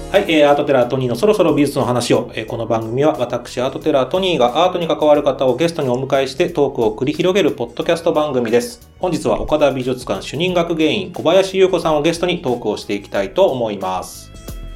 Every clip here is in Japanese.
はい、アートテラートニーのそろそろ美術の話を、この番組は私アートテラートニーがアートに関わる方をゲストにお迎えしてトークを繰り広げるポッドキャスト番組です。本日は岡田美術館主任学芸員小林優子さんをゲストにトークをしていきたいと思います。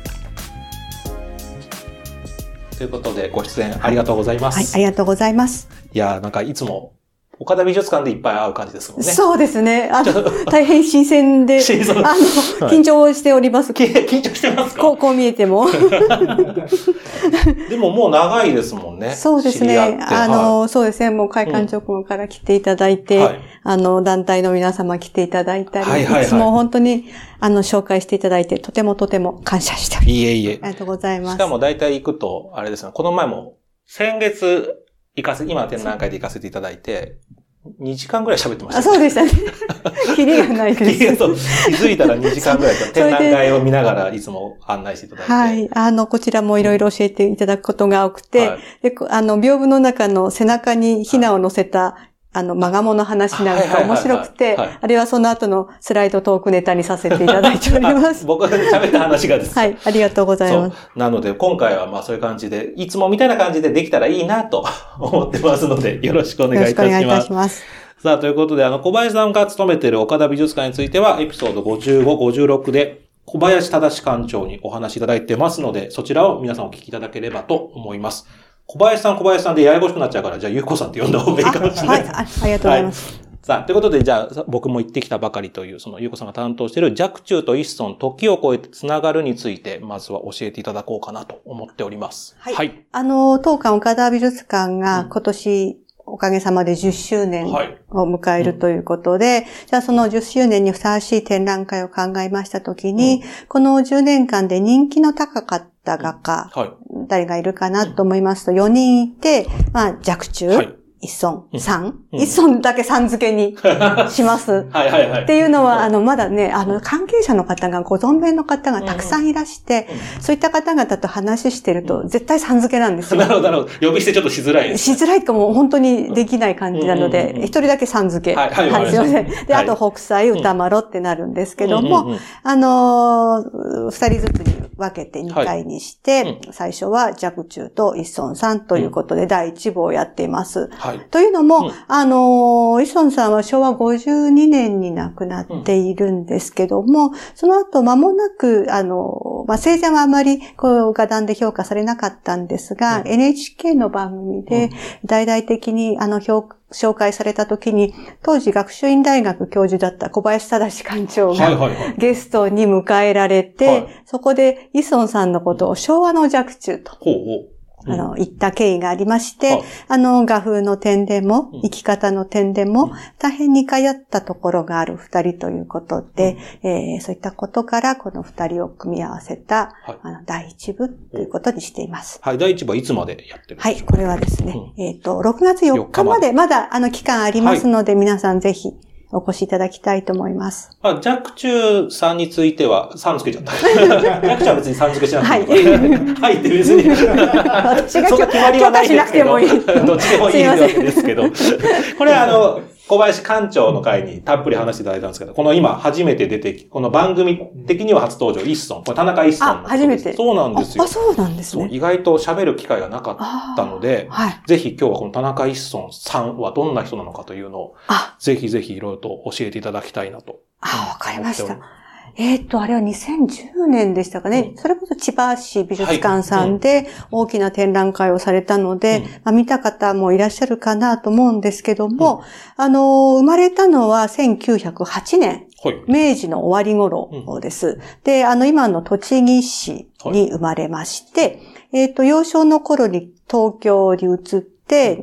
ということでご出演ありがとうございます。 はい、ありがとうございます。 いや、なんかいつも岡田美術館でいっぱい会う感じですもんね。 そうですね。大変新鮮で、緊張しております。 緊張してますか？ こう見えても。 でももう長いですもんね。 そうですね。そうですね。もう開館直後から来ていただいて、団体の皆様来ていただいたり、いつも本当に、紹介していただいて、とても感謝しております。 いえいえ。 ありがとうございます。 しかも大体行くと、あれですね、この前も、先月、今展覧会で行かせていただいて、2時間ぐらい喋ってました、ね。 そうでしたね。キリがないです。 気づいたら2時間ぐらい展覧会を見ながらいつも案内していただいて。 はい。こちらもいろいろ教えていただくことが多くて、で、屏風の中の背中にヒナを乗せた、マガモの話なんか面白くて、あれはその後のスライドトークネタにさせていただいております。 僕が喋った話がです。 はい、ありがとうございます。 なので今回はまあそういう感じで、いつもみたいな感じでできたらいいなと思ってますので、よろしくお願いいたします。よろしくお願いいたします。さあ、ということで、小林さんが勤めている岡田美術館については、エピソード55、56で、小林正館長にお話しいただいてますので、そちらを皆さんお聞きいただければと思います。小林さんでややこしくなっちゃうから、じゃあ、ゆうこさんって呼んだ方がいいかもしれない。 はい、ありがとうございます。 はい、さあ、ということで、じゃあ、僕も行ってきたばかりという、そのゆうこさんが担当している若冲と一村、時を超えてつながるについて、まずは教えていただこうかなと思っております。 はい。当館岡田美術館が今年、おかげさまで10周年を迎えるということで、じゃあその10周年にふさわしい展覧会を考えましたときに、この10年間で人気の高かった画家、誰がいるかなと思いますと4人いて、若冲、一村、一村だけさん付けにします。っていうのは、まだね、関係者の方がご存命の方がたくさんいらして、そういった方々と話してると、絶対さん付けなんですよ。 なるほど。呼び捨てちょっとしづらいです。 しづらいかも本当にできない感じなので、一人だけさん付け。はい、すいません。で、あと、北斎、歌丸ってなるんですけども、二人ずつに分けて2回にして、最初は若冲と一村さんということで、第1部をやっています。というのも、一村さんは昭和52年に亡くなっているんですけども、その後間もなく、生前はあまり画壇で評価されなかったんですが、NHK の番組で大々的に紹介された時に、当時学習院大学教授だった小林正館長がゲストに迎えられて、そこで一村さんのことを昭和の若冲と。言った経緯がありまして、画風の点でも、生き方の点でも、大変似通ったところがある二人ということで、そういったことから、この二人を組み合わせた、第一部ということにしています。 はい、第一部はいつまでやってるんですか？はい、 これはですね、6月4日まで、まだ、期間ありますので、皆さんぜひ、お越しいただきたいと思います。 若冲さんについては、さん付けちゃった。若冲は別にさん付けしなくていい。はいって別に。 私がそんな決まりはないしなくてもいい。 どっちでもいいんですけど。これ小林館長の会にたっぷり話していただいたんですけど、この今初めて出てこの番組的には初登場、一村。これ田中一村。 初めて。 そうなんですよ。 そうなんですね。 意外と喋る機会がなかったので、ぜひ今日はこの田中一村さんはどんな人なのかというのを、ぜひぜひいろいろと教えていただきたいなと。 わかりました。あれは2010年でしたかね。それこそ千葉市美術館さんで大きな展覧会をされたので、見た方もいらっしゃるかなと思うんですけども、生まれたのは1908年。明治の終わり頃です。で、今の栃木市に生まれまして、幼少の頃に東京に移って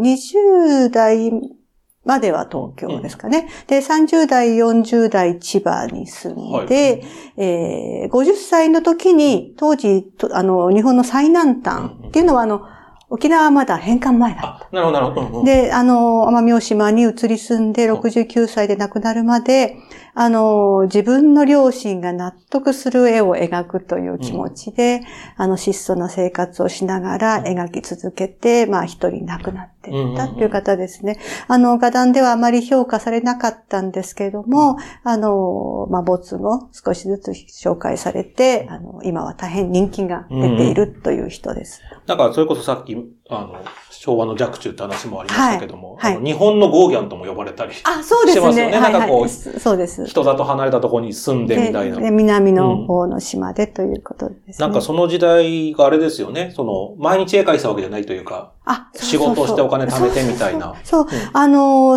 、20代までは東京ですかね。で、30代、40代千葉に住んで、50歳の時に当時、日本の最南端っていうのは沖縄はまだ返還前だった。 なるほど、なるほど。 で、奄美大島に移り住んで69歳で亡くなるまで、自分の両親が納得する絵を描くという気持ちで、質素な生活をしながら描き続けて、一人亡くなっていったという方ですね。画壇ではあまり評価されなかったんですけれども、没後、少しずつ紹介されて、今は大変人気が出ているという人です。 なんか、それこそさっき、昭和の若冲って話もありましたけども、日本のゴーギャンとも呼ばれたりしてますよね。 そうですね。 なんかこう、 そうです。 人里離れたところに住んでみたいな。 で、南の方の島でということですね。 なんかその時代があれですよね。毎日絵描いてたわけじゃないというか、仕事をしてお金貯めてみたいな。 そう。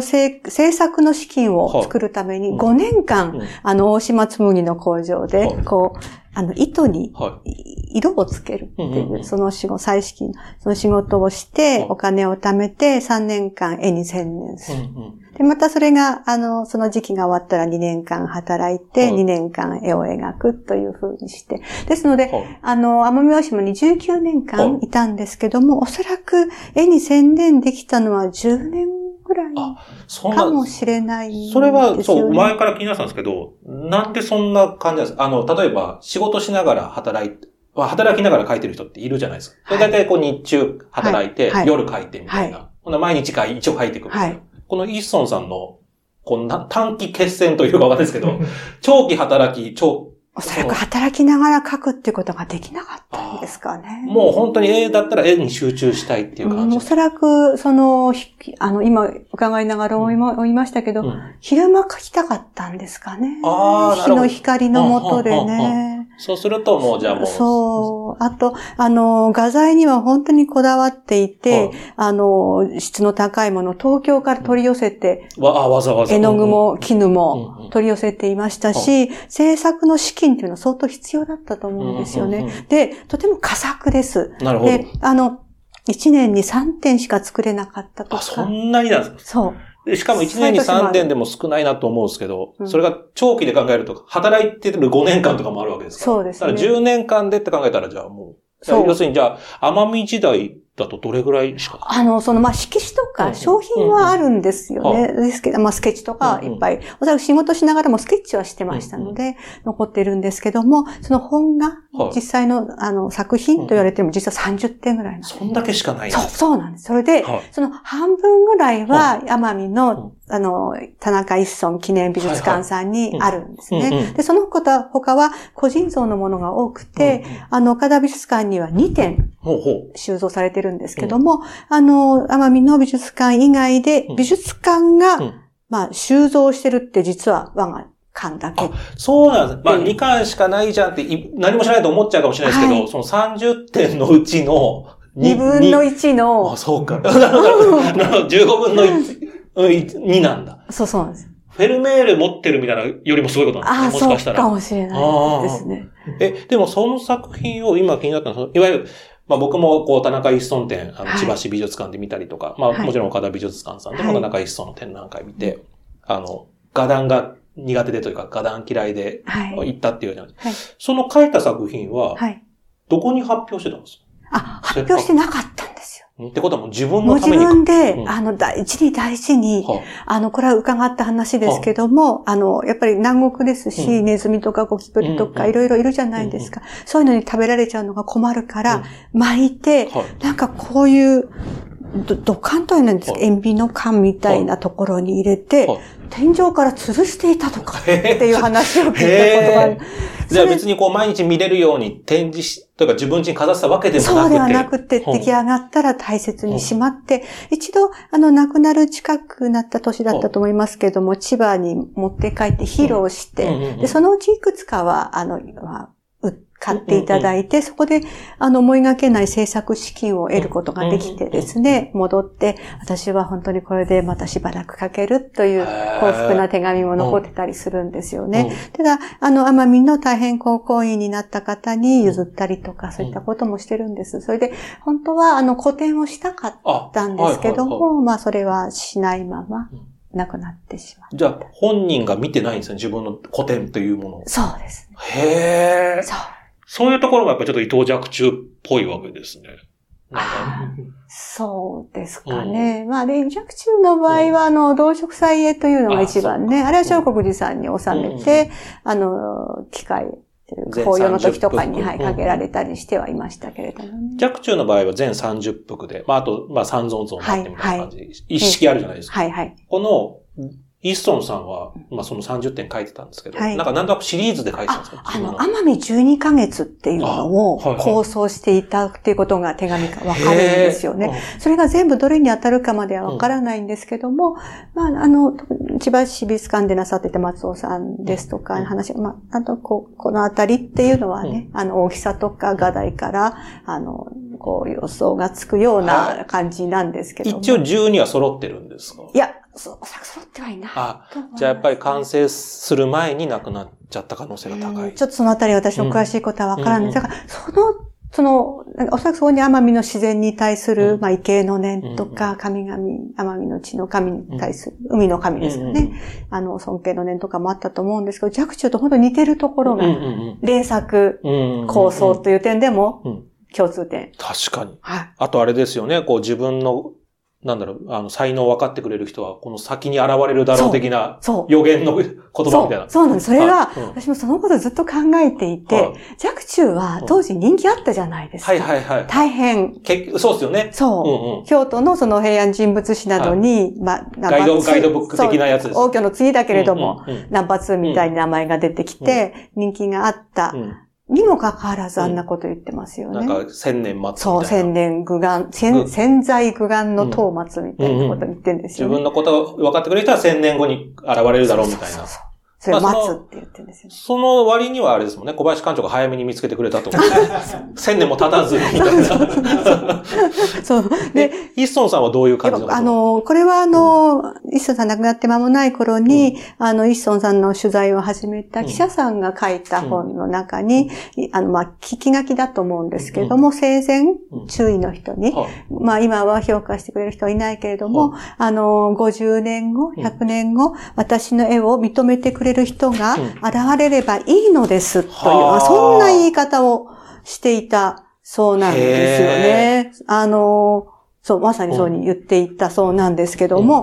制作の資金を作るために5年間、大島紬の工場で、糸に色をつけるっていう、その彩色、その仕事をして、お金を貯めて3年間絵に専念する。で、またそれが、その時期が終わったら2年間働いて、2年間絵を描くという風にして。ですので、奄美大島に19年間いたんですけども、おそらく絵に専念できたのは10年ぐらいかもしれないですよね。 それは、そう、前から気になったんですけど、なんでそんな感じなんですか？例えば、仕事しながら働きながら描いてる人っているじゃないですか。それ大体日中働いて、夜描いてみたいな。毎日一応描いていくんですよ。このイッソンさんの、短期決戦というかわかんないですけど、長期働き、 おそらく働きながら描くっていうことができなかったんですかね。 もう本当に絵だったら絵に集中したいっていう感じ。 おそらく、今伺いながら思いましたけど、昼間描きたかったんですかね。日の光の下でね。 そうするともうじゃあもう。 そう。あと、画材には本当にこだわっていて、質の高いものを東京から取り寄せて、 わざわざ。 絵の具も絹も取り寄せていましたし、制作の資金っていうのは相当必要だったと思うんですよね。で、とても佳作です。 なるほど。 で、1年に3点しか作れなかったとか。 そんなになんですか？ そう。 しかも1年に3点でも少ないなと思うんですけど、それが長期で考えると、働いてる5年間とかもあるわけですから。 そうですね。 だから10年間でって考えたら、じゃあもう、要するにじゃあ、奄美時代だとどれぐらいしか色紙とか商品はあるんですよね。ですけど、スケッチとかいっぱい。おそらく仕事しながらもスケッチはしてましたので、残ってるんですけども、その本が、実際の作品と言われても実は30点ぐらいなんです。 そんだけしかないんです。 そうなんです。それで、その半分ぐらいは奄美の、田中一村記念美術館さんにあるんですね。で、その他は個人像のものが多くて、岡田美術館には2点収蔵されてるんですけども、奄美の美術館以外で、美術館が、収蔵してるって実は我が館だけ。 そうなんです。2巻しかないじゃんって何もしないと思っちゃうかもしれないですけど、その30点のうちの 2分の1の。 そうか。15分の2なんだ。 そうなんです。 フェルメール持ってるみたいなよりもすごいことなんですね。もしかしたら。 そうかもしれないですね。 でもその作品を今気になったのは、いわゆる、僕も田中一村展、千葉市美術館で見たりとか、もちろん岡田美術館さんでも田中一村の展覧会見て、画壇が苦手でというか、画壇嫌いで行ったっていうじゃないですか。その書いた作品は、どこに発表してたんですか？ 発表してなかったんですよ。 ってことはもう自分のために。 もう自分で、大事に、これは伺った話ですけども、やっぱり南国ですし、ネズミとかゴキブリとかいろいろいるじゃないですか。そういうのに食べられちゃうのが困るから、巻いて、なんかこういう、土管というなんですか、塩ビの缶みたいなところに入れて、天井から吊るしていたとかっていう話を聞いたことがある。 じゃあ別に毎日見れるように展示というか自分家に飾ったわけでもなくて。 そうではなくて、出来上がったら大切にしまって、一度、亡くなる近くなった年だったと思いますけども、千葉に持って帰って披露して、で、そのうちいくつかは、買っていただいて、そこで、思いがけない制作資金を得ることができてですね、戻って、私は本当にこれでまたしばらく書けるという幸福な手紙も残ってたりするんですよね。ただ、奄美の大変高校員になった方に譲ったりとか、そういったこともしてるんです。それで、本当は、個展をしたかったんですけども、それはしないまま、亡くなってしまった。 じゃあ、本人が見てないんですね、自分の個展というものを。 そうですね。 へー。そういうところがやっぱりちょっと伊藤若冲っぽいわけですね。 そうですかね。まあ、若冲の場合は、動植祭絵というのが一番ね、あれは聖国寺さんに収めて、機械、法要の時とかに、かけられたりしてはいましたけれどもね。 若冲の場合は全30幅で、あと、三尊像になってみたいな感じで、一式あるじゃないですか。この、一尊さんは、その30点書いてたんですけど、なんとなくシリーズで書いてたんですか？ 奄美12ヶ月っていうのを構想していたっていうことが手紙からわかるんですよね。それが全部どれに当たるかまではわからないんですけども、千葉市美術館でなさってた松尾さんですとか話、あとこのあたりっていうのはね、大きさとか画題から、予想がつくような感じなんですけども。 一応12は揃ってるんですか？ いや、揃ってはいない。 じゃあやっぱり完成する前に亡くなっちゃった可能性が高い。 ちょっとそのあたり私の詳しいことはわからない。だからおそらくそこに奄美の自然に対する、畏敬の念とか、神々、奄美の地の神に対する、海の神ですよね。尊敬の念とかもあったと思うんですけど、若冲と本当に似てるところが、連作構想という点でも、共通点。 確かに。あとあれですよね、自分の、才能を分かってくれる人は、この先に現れるだろう的な予言の言葉みたいな。 そうなんです。それが、私もそのことずっと考えていて、若冲は当時人気あったじゃないですか。大変。 そうですよね。 そう。京都のその平安人物誌などに、 ガイドブック的なやつです。 王居の次だけれども、ナンバー2みたいな名前が出てきて、人気があった。にもかかわらずあんなこと言ってますよね。 千年末。 そう、千年具眼、千載具眼の頭末みたいなこと言ってるんですよね。 自分のことを分かってくれる人は1000年後に現れるだろうみたいな。 それを待つって言ってるんですよね。 その割にはあれですもんね、小林館長が早めに見つけてくれたと思う。1000年も経たずみたいな。 そう。 で、一尊さんはどういう感じなの？ これは一尊さん亡くなって間もない頃に、一尊さんの取材を始めた記者さんが書いた本の中に、聞き書きだと思うんですけれども、生前、注意の人に、今は評価してくれる人はいないけれども、50年後、100年後、私の絵を認めてくれる人が現れればいいのですという、そんな言い方をしていたそうなんですよね。そう、まさにそうに言っていたそうなんですけども、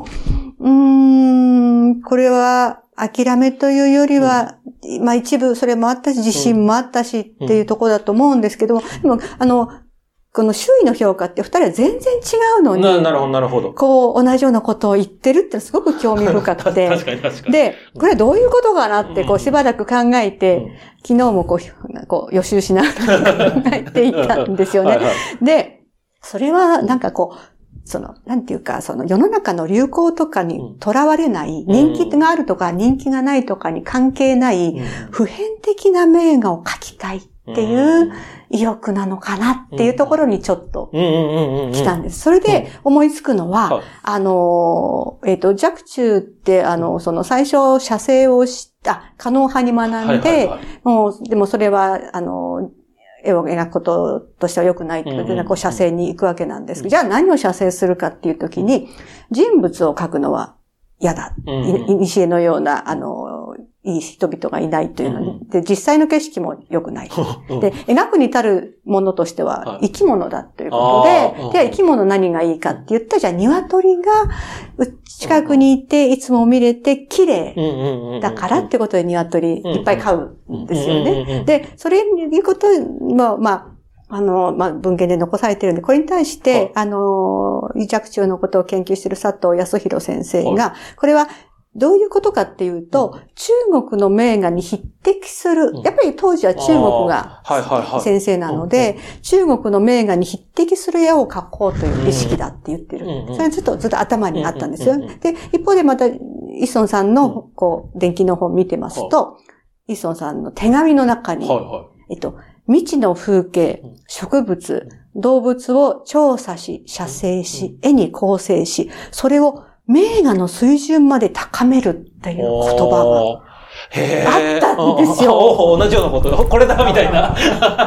これは諦めというよりは、一部それもあったし、自信もあったしっていうところだと思うんですけども、でも、この周囲の評価って二人は全然違うのに、 なるほど。 同じようなことを言ってるってすごく興味深くて。 確かに。 で、これはどういうことかなって、しばらく考えて、昨日も予習しながら考えていたんですよね。で、それはなんていうか、世の中の流行とかにとらわれない、人気があるとか人気がないとかに関係ない、普遍的な名画を描きたいっていう意欲なのかなっていうところにちょっと来たんです。それで思いつくのは、若冲って、最初、写生を狩野派に学んで、でもそれは、絵を描くこととしては良くないってことで、写生に行くわけなんですけど、じゃあ何を写生するかっていうときに、人物を描くのは嫌だ。西のような、いい人々がいないというのに。で、実際の景色も良くない。で、描くに至るものとしては生き物だということで、じゃあ生き物何がいいかって言ったら、じゃあ鶏が近くにいて、いつも見れて綺麗だからってことで鶏いっぱい飼うんですよね。で、それいうことも、文献で残されているんで、これに対して、若冲のことを研究している佐藤康弘先生が、これはどういうことかっていうと、中国の名画に匹敵する、やっぱり当時は中国が先生なので、中国の名画に匹敵する絵を描こうという意識だって言ってる。それずっと頭にあったんですよ。で、一方でまた、一尊さんの、伝記の本を見てますと、一尊さんの手紙の中に、未知の風景、植物、動物を調査し、写生し、絵に構成し、それを名画の水準まで高めるっていう言葉があったんですよ。 同じようなこと、これだみたいな。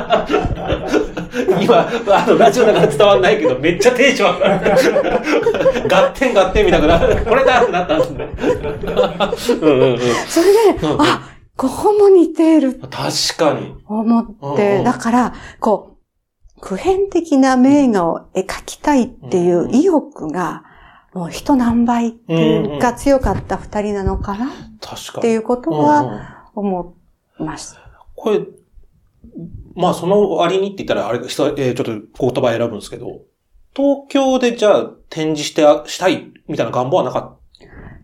今、ラジオだから伝わんないけど、めっちゃテンション上がる。ガッテンみたいな、これだってなったんですね。 それで、ここも似ている。 確かに。 思って、だから、 普遍的な名画を描きたいっていう意欲が、もう人何倍が強かった二人なのかなっていうことは思いました。 これ、まあその割にって言ったらあれ、ちょっと言葉選ぶんですけど、東京でじゃあ展示したいみたいな願望はなかった？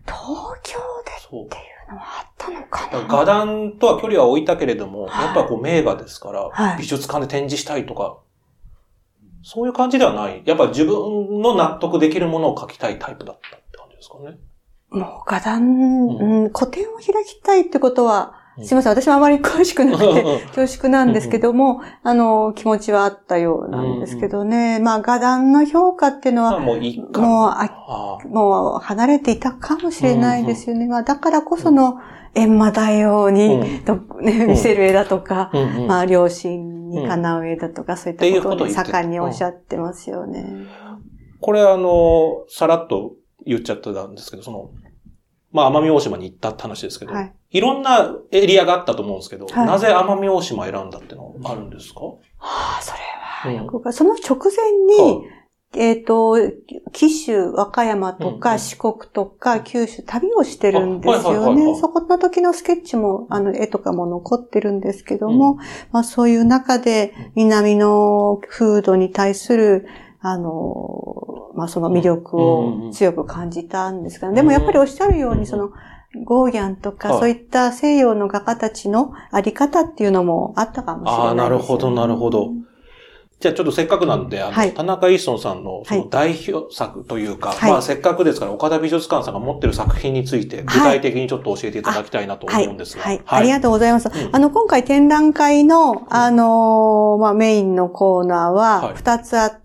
東京でっていうのはあったのかな？ 画壇とは距離は置いたけれども、やっぱこう名画ですから、美術館で展示したいとか、そういう感じではない。やっぱ自分の納得できるものを描きたいタイプだったって感じですかね。 もう画壇、個展を開きたいってことは、すいません、私もあまり詳しくなくて恐縮なんですけども、気持ちはあったようなんですけどね。まあ画壇の評価っていうのは、もう離れていたかもしれないですよね。まあだからこその閻魔大王に見せる絵だとか、まあ両親にかなう絵だとか、そういったことを盛んにおっしゃってますよね。 これさらっと言っちゃってたんですけど、まあ奄美大島に行ったって話ですけど、いろんなエリアがあったと思うんですけど、なぜ奄美大島選んだってのはあるんですか？ それは、その直前に、紀州、和歌山とか四国とか九州旅をしてるんですよね。そこの時のスケッチも、絵とかも残ってるんですけども、まあそういう中で南の風土に対する、まあその魅力を強く感じたんですが、でもやっぱりおっしゃるように、ゴーギャンとかそういった西洋の画家たちのあり方っていうのもあったかもしれないですよね。 なるほど、なるほど。じゃあちょっとせっかくなんで、田中一村さんのその代表作というか、まあせっかくですから岡田美術館さんが持ってる作品について具体的にちょっと教えていただきたいなと思うんですが。 ありがとうございます。今回展覧会の、まあメインのコーナーは2つあって、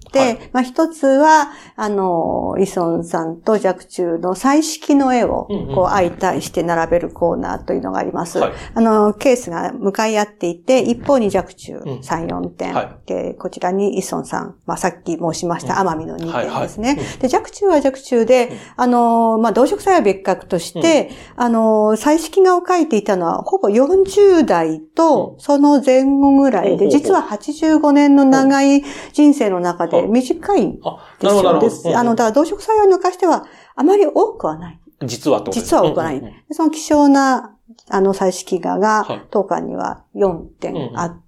まあ一つは、イソンさんと若冲の彩色の絵を、こう相対して並べるコーナーというのがあります。ケースが向かい合っていて、一方に若冲3、4点。で、こちらにイソンさん、まあさっき申しました奄美の2点ですね。で、若冲は若冲で、まあ動植彩は別格として、彩色画を描いていたのは、ほぼ40代と、その前後ぐらいで、実は85年の長い人生の中で短いんですよ。だから動植彩を抜かしては、あまり多くはない。実は多くない。その希少な、彩色画が、当館には4点あって、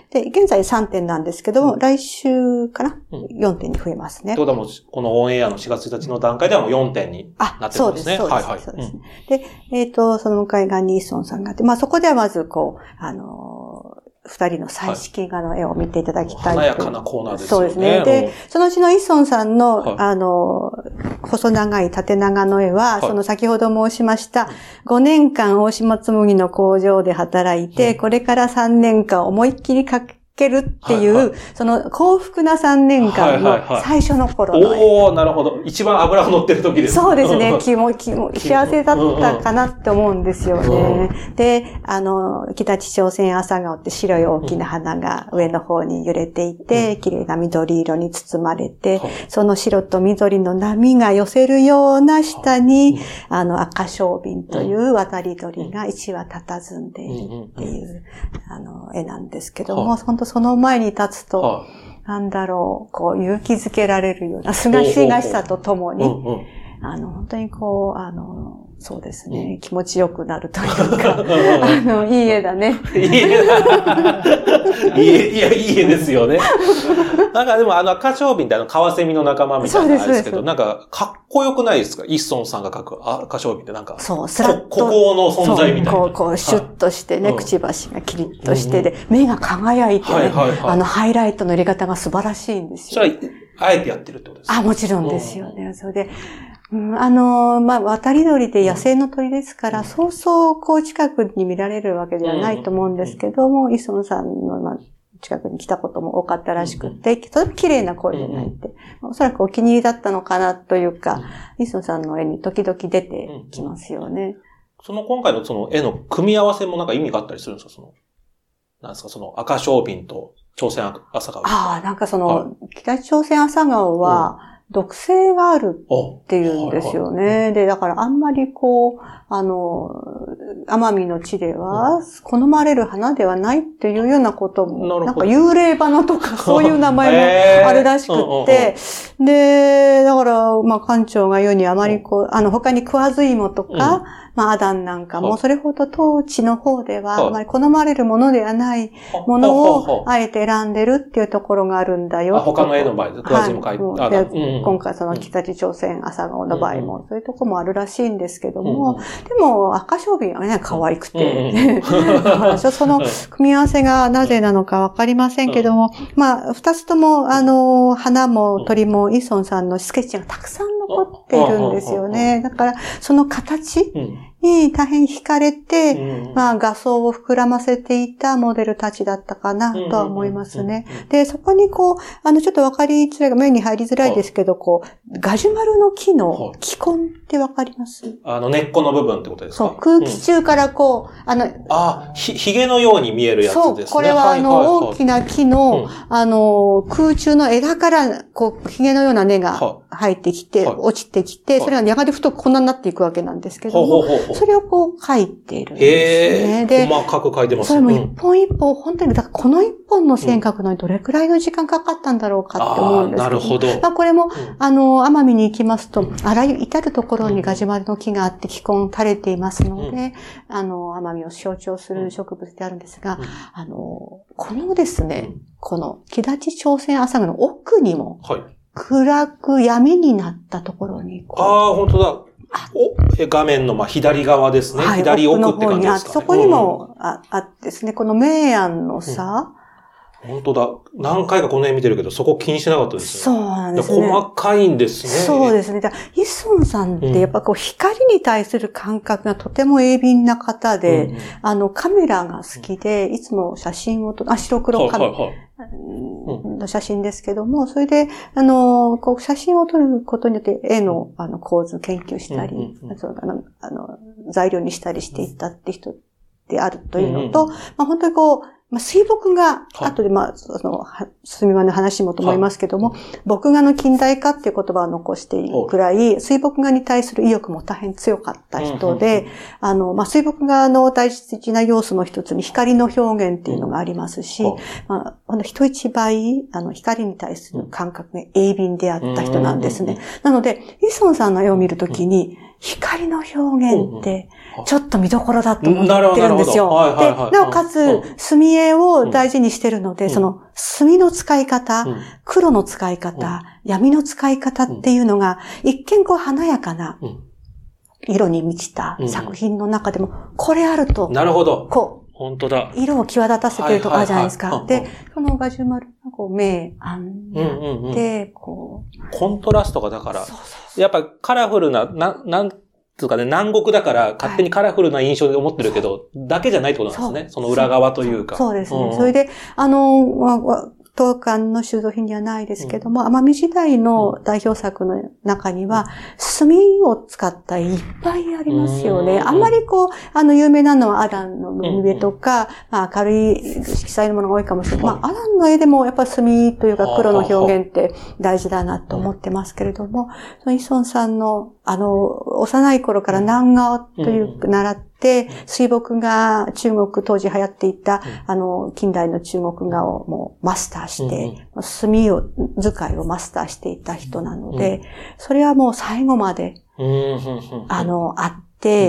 で、現在3点なんですけど、来週かな ?4 点に増えますね。 ということはもう、このオンエアの4月1日の段階ではもう4点になってるんですね。 そうです。で、その向かい側にイソンさんがあって、まあそこではまずこう、二人の彩色画の絵を見ていただきたい。 華やかなコーナーですよね。 そうですね。で、そのうちのイソンさんの、細長い縦長の絵は、その先ほど申しました、5年間大島紬の工場で働いて、これから3年間思いっきり描けるっていう、その幸福な3年間の最初の頃の。 なるほど。一番脂が乗ってる時です。 そうですね。幸せだったかなって思うんですよね。で、北地朝鮮朝顔って白い大きな花が上の方に揺れていて、綺麗な緑色に包まれて、その白と緑の波が寄せるような下に、赤小瓶という渡り鳥が一羽佇んでいるっていう、絵なんですけども、本当その前に立つと、なんだろう、こう勇気づけられるような、すがしさとともに、本当にこう、そうですね、気持ちよくなるというか、いい絵だね。 いい絵だ。いい絵ですよね。なんかでも赤小瓶ってカワセミの仲間みたいなあれですけど、なんかかっこよくないですか？イッソンさんが描く赤小瓶ってなんか、 そう、スラッと。 孤高の存在みたいな。 こう、シュッとしてね、くちばしがキリッとしてで、目が輝いてね、ハイライトの入れ方が素晴らしいんですよ。 それは、あえてやってるってことですか？ もちろんですよね。それで、まあ、渡り鳥で野生の鳥ですから、そうそうこう近くに見られるわけではないと思うんですけども、イソンさんの近くに来たことも多かったらしくて、とても綺麗な声で鳴いて、おそらくお気に入りだったのかなというか、イソンさんの絵に時々出てきますよね。 今回のその絵の組み合わせもなんか意味があったりするんですか？なんですか、赤小瓶と朝鮮朝顔。 なんか北朝鮮朝顔は、 毒性があるっていうんですよね。で、だからあんまりこう、奄美の地では好まれる花ではないっていうようなことも、なんか幽霊花とかそういう名前もあるらしくって、で、だから、まあ館長が言うにあまりこう、他に食わず芋とか、まあアダンなんかもそれほど当地の方ではあまり好まれるものではないものをあえて選んでるっていうところがあるんだよ。 他の絵の場合で食わず芋書いて、 今回その北朝鮮朝顔の場合もそういうところもあるらしいんですけども、でも赤小瓶はね、可愛くて、その組み合わせがなぜなのかわかりませんけども、まあ、二つとも、花も鳥もイソンさんのスケッチがたくさん残っているんですよね。だから、その形に大変惹かれて、まあ、画像を膨らませていたモデルたちだったかなとは思いますね。で、そこにこう、ちょっとわかりづらいが目に入りづらいですけど、こう、ガジュマルの木の気根ってわかります？ 根っこの部分ってことですか？ そう、空気中からこう、髭のように見えるやつですね。 そう、これは大きな木の、空中の枝から、こう、髭のような根が入ってきて、落ちてきて、それがやがて太くこんなになっていくわけなんですけども、それをこう描いているんですね。 で、細かく描いてますね。 それも一本一本、本当に、だからこの一本の線描くのにどれくらいの時間かかったんだろうかって思うんですけど。なるほど。まあこれも、奄美に行きますと、あらゆる至るところにガジュマルの木があって気根垂れていますので、奄美を象徴する植物であるんですが、このですね、この木立朝鮮朝顔の奥にも、暗く闇になったところに本当だ。画面の左側ですね。はい、左奥って感じですかね。 そこにもあってですね、この明暗の差、 本当だ。何回かこの絵見てるけど、そこ気にしなかったですね。 そうなんですね。 細かいんですね。 そうですね。イソンさんってやっぱこう光に対する感覚がとても鋭敏な方で、カメラが好きで、いつも写真を白黒カメラの写真ですけども、それで、こう写真を撮ることによって絵の構図研究したり、材料にしたりしていったって人であるというのと、まあ本当にこう、水墨画、後ですみまの話もと思いますけども、墨画の近代化っていう言葉を残しているくらい、水墨画に対する意欲も大変強かった人で、水墨画の大事な要素の一つに光の表現っていうのがありますし、人一倍、光に対する感覚が鋭敏であった人なんですね。なので、イソンさんの絵を見るときに、光の表現って、ちょっと見どころだと思ってるんですよ。で、なおかつ、墨絵を大事にしてるので、その墨の使い方、黒の使い方、闇の使い方っていうのが、一見こう華やかな色に満ちた作品の中でも、これあると、 なるほど。 こう、 本当だ。 色を際立たせてるとかじゃないですか。で、そのガジュマルがこう、明暗で、こう。コントラストがだから、やっぱカラフルな、なんつうかね、南国だから勝手にカラフルな印象で思ってるけど、だけじゃないってことなんですね。その裏側というか。 そうですね。それで、当館の収蔵品にはないですけども、奄美時代の代表作の中には、墨を使ったいっぱいありますよね。あんまりこう、有名なのはアダンの海辺とか、明るい色彩のものが多いかもしれない。アダンの絵でもやっぱり墨というか黒の表現って大事だなと思ってますけれども、イソンさんの幼い頃から南画という習って、水墨画、中国当時流行っていた、近代の中国画をもうマスターして、墨使いをマスターしていた人なので、それはもう最後まで、あって、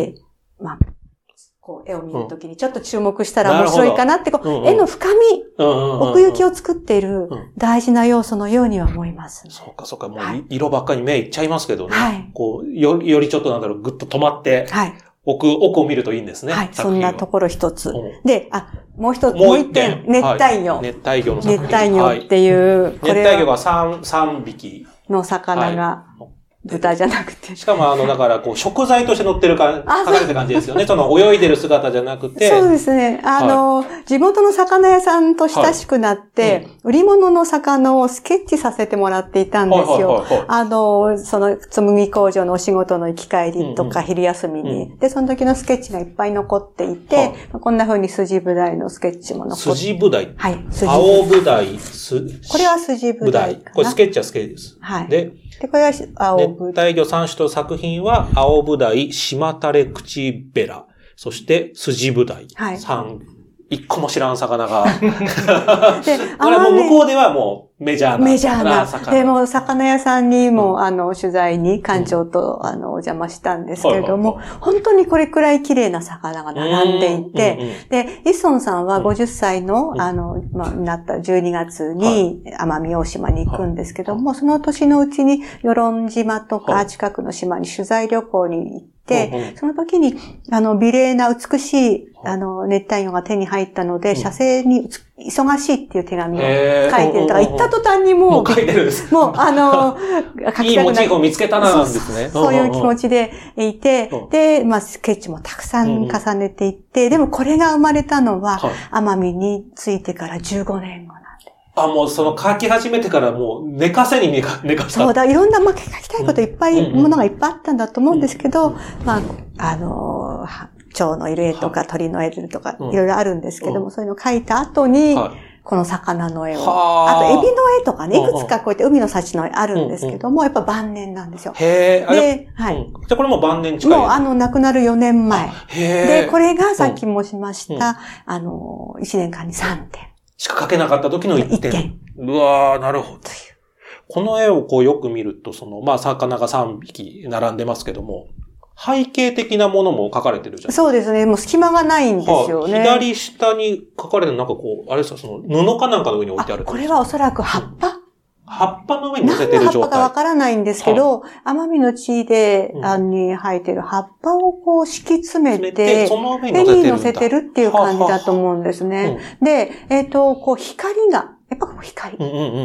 こう絵を見るときにちょっと注目したら面白いかなって、こう絵の深み、奥行きを作っている大事な要素のようには思います。 そうか、そうか、もう色ばっかり目いっちゃいますけどね。こう、よりちょっとぐっと止まって、奥を見るといいんですね。はい、 そんなところ一つ。で、もう一点、熱帯魚。 熱帯魚の作品。 熱帯魚っていう、 これ熱帯魚が3匹。 の魚が、豚じゃなくて。 しかもだから、こう、食材として乗ってる描かれた感じですよね。その泳いでる姿じゃなくて。 そうですね。地元の魚屋さんと親しくなって、売り物の魚をスケッチさせてもらっていたんですよ。その、紬工場のお仕事の行き帰りとか、昼休みに。で、その時のスケッチがいっぱい残っていて、こんな風に筋舞台のスケッチも残って。 筋舞台？ はい。 青舞台、 これは筋舞台かな。 これスケッチはスケッチです。 はい。 で、 で、これは青ぶ熱帯魚3種と作品は、青ぶだい、シマタレクチベラ、そしてスジブダイ。はい。一個も知らん魚が。で、これはもう向こうではもうメジャーな魚。 で、もう魚屋さんにも、取材に館長と、お邪魔したんですけれども、本当にこれくらい綺麗な魚が並んでいて、で、イッソンさんは50歳の、なった12月に奄美大島に行くんですけども、その年のうちに与論島とか近くの島に取材旅行に行って、その時に、美麗な美しい、熱帯魚が手に入ったので、写生に忙しいっていう手紙を書いてる。だから行った途端にもう、 書いてるんです。 もう、書きたくない。 いいモチーフを見つけたな、なんですね。 そういう気持ちでいて、で、スケッチもたくさん重ねていって、でもこれが生まれたのは、奄美に着いてから15年後なんで。 もうその書き始めてからもう寝かせに寝かした。 そうだ、いろんな、書きたいこといっぱい、ものがいっぱいあったんだと思うんですけど、蝶のいる絵とか鳥の絵とかいろいろあるんですけども、そういうのを描いた後に、この魚の絵を、あとエビの絵とかね、いくつかこうやって海の幸の絵あるんですけども、やっぱ晩年なんですよ。 へー。で、はい。じゃあこれも晩年近い？ もう亡くなる4年前。で、これがさっき申しました、1年間に3点。 しか描けなかった時の1点。うわー、なるほど。この絵をこうよく見ると、魚が3匹並んでますけども、背景的なものも書かれてるじゃん。 そうですね。もう隙間がないんですよね。 左下に書かれてるあれですか、布かなんかの上に置いてある。 これはおそらく葉っぱ？ 葉っぱの上に乗せてる状態。 何の葉っぱかわからないんですけど、奄美の地で、に生えてる葉っぱをこう敷き詰めて、 その上に乗せてるっていう感じだと思うんですね。で、こう光が、やっぱ光。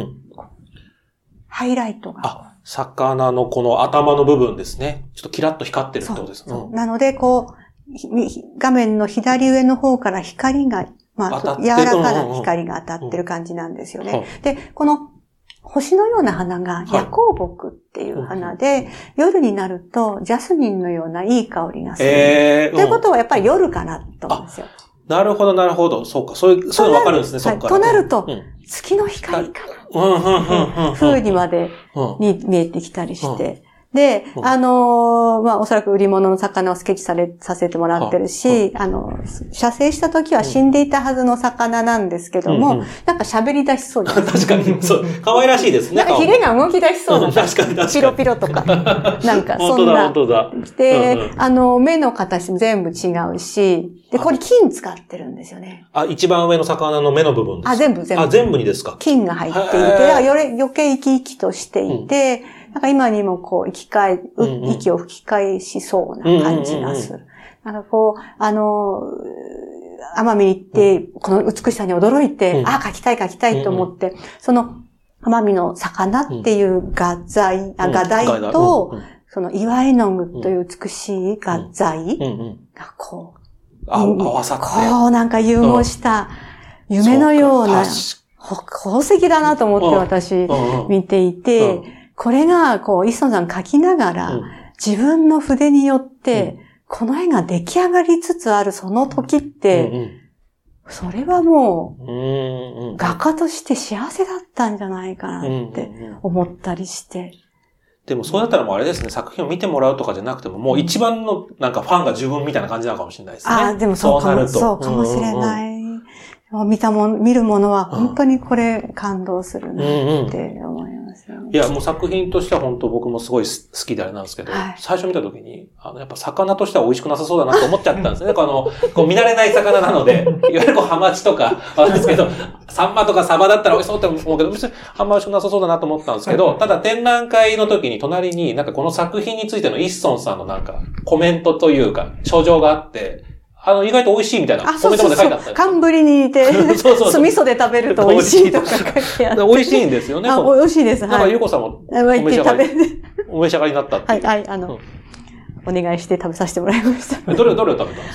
ハイライトが。 魚のこの頭の部分ですね。ちょっとキラッと光ってるってことですね。 なので、こう、画面の左上の方から光が、柔らかな光が当たってる感じなんですよね。で、この星のような花が夜光木っていう花で、夜になるとジャスミンのようないい香りがする。ということはやっぱり夜かなと思うんですよ。 なるほど、なるほど。そうか。そういうの分かるんですね、そっから。 となると、月の光かな。風にまでに見えてきたりして。で、おそらく売り物の魚をスケッチさせてもらってるし、写生した時は死んでいたはずの魚なんですけども、なんか喋り出しそうです。 確かに、そう。可愛らしいですね。 なんかヒレが動き出しそうな。 確かに。 ピロピロとか。なんか、そんな。 本当だ。 で、目の形も全部違うし、で、これ金使ってるんですよね。 一番上の魚の目の部分ですか？ 全部。 全部にですか？ 金が入っていて、余計生き生きとしていて、なんか今にもこう息を吹き返しそうな感じがする。なんかこう、奄美に行って、この美しさに驚いて、描きたいと思って、その奄美の魚っていう画題と、その岩絵の具という美しい画材がこう、 合わさって。 こうなんか融合した夢のような宝石だなと思って私見ていて、これがこう、イッソンさん描きながら自分の筆によってこの絵が出来上がりつつあるその時って、それはもう画家として幸せだったんじゃないかなって思ったりして。 でもそうだったらもうあれですね、作品を見てもらうとかじゃなくても、もう一番のなんかファンが自分みたいな感じなのかもしれないですね。 でもそうかもしれない。見るものは本当にこれ感動するなって思いますよね。 いや、もう作品としては本当僕もすごい好きであれなんですけど、最初見た時に、やっぱ魚としては美味しくなさそうだなと思っちゃったんですね。こう見慣れない魚なので、いわゆるハマチとか、ですけど、サンマとかサバだったら美味しそうって思うけど、別にあんま美味しくなさそうだなと思ったんですけど、ただ展覧会の時に隣になんかこの作品についてのイッソンさんのなんかコメントというか、書状があって、意外と美味しいみたいなコメントまで書いてあった。 寒ぶりにいて、酢味噌で食べると美味しいとか書いてあって。 美味しいんですよね。 美味しいです。 なんかゆうこさんもお召し上がりになったっていう。 はい、お願いして食べさせてもらいました。 どれを食べたんですか？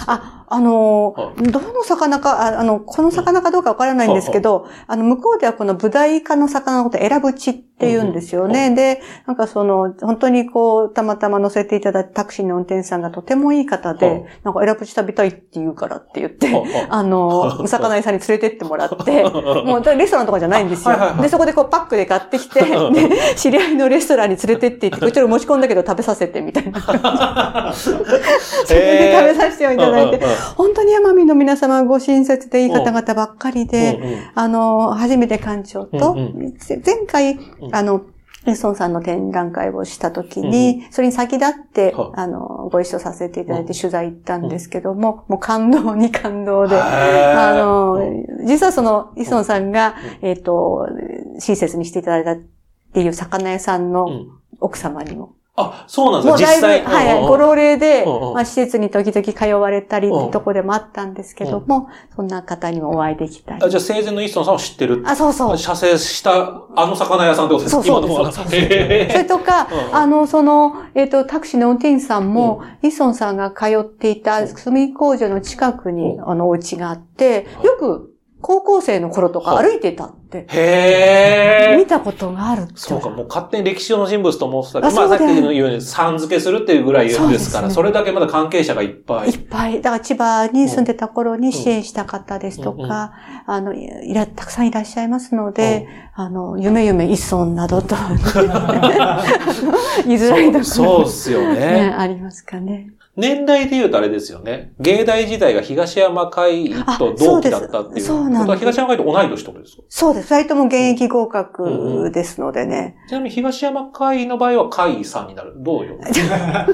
どの魚か、この魚かどうかわからないんですけど、向こうではこのブダイ科の魚のことエラブチって言うんですよね。で、本当にたまたま乗せていただいたタクシーの運転手さんがとてもいい方で、エラブチ食べたいって言うからって言って、お魚屋さんに連れてってもらって、もうレストランとかじゃないんですよ。で、そこでパックで買ってきて、で、知り合いのレストランに連れてって行って、こっちら持ち込んだけど食べさせてみたいな。それで食べさせていただいて、本当に奄美の皆様ご親切でいい方々ばっかりで、初めて館長と、前回、イッソンさんの展覧会をしたときに、それに先立って、ご一緒させていただいて取材行ったんですけども、もう感動に感動で、実はイッソンさんが、親切にしていただいたっていう魚屋さんの奥様にも、 そうなんですか、実際。 はい、ご老齢で、施設に時々通われたりってとこでもあったんですけども、そんな方にもお会いできたり。 じゃあ生前のイッソンさんを知ってる？ そうそう。 写生した魚屋さんってことですか？ そう。それとか、タクシーの運転手さんも、イッソンさんが通っていた炭工場の近くに、お家があって、よく、高校生の頃とか歩いてたって。見たことがあるって。 そうか、もう勝手に歴史上の人物と思ってたけど、さっきのようにさん付けするっていうぐらい言うんですから、それだけまだ関係者がいっぱい。 いっぱい。だから千葉に住んでた頃に支援した方ですとか、たくさんいらっしゃいますので、夢イッソンなどと、言いづらいところ。 そうっすよね。 ありますかね。 年代で言うとあれですよね。芸大時代が東山会と同期だったっていう。そうなんです。東山会と同い年ってことですか？そうです。 二人とも現役合格ですのでね。 ちなみに東山会の場合は会さんになる。どうよ。なん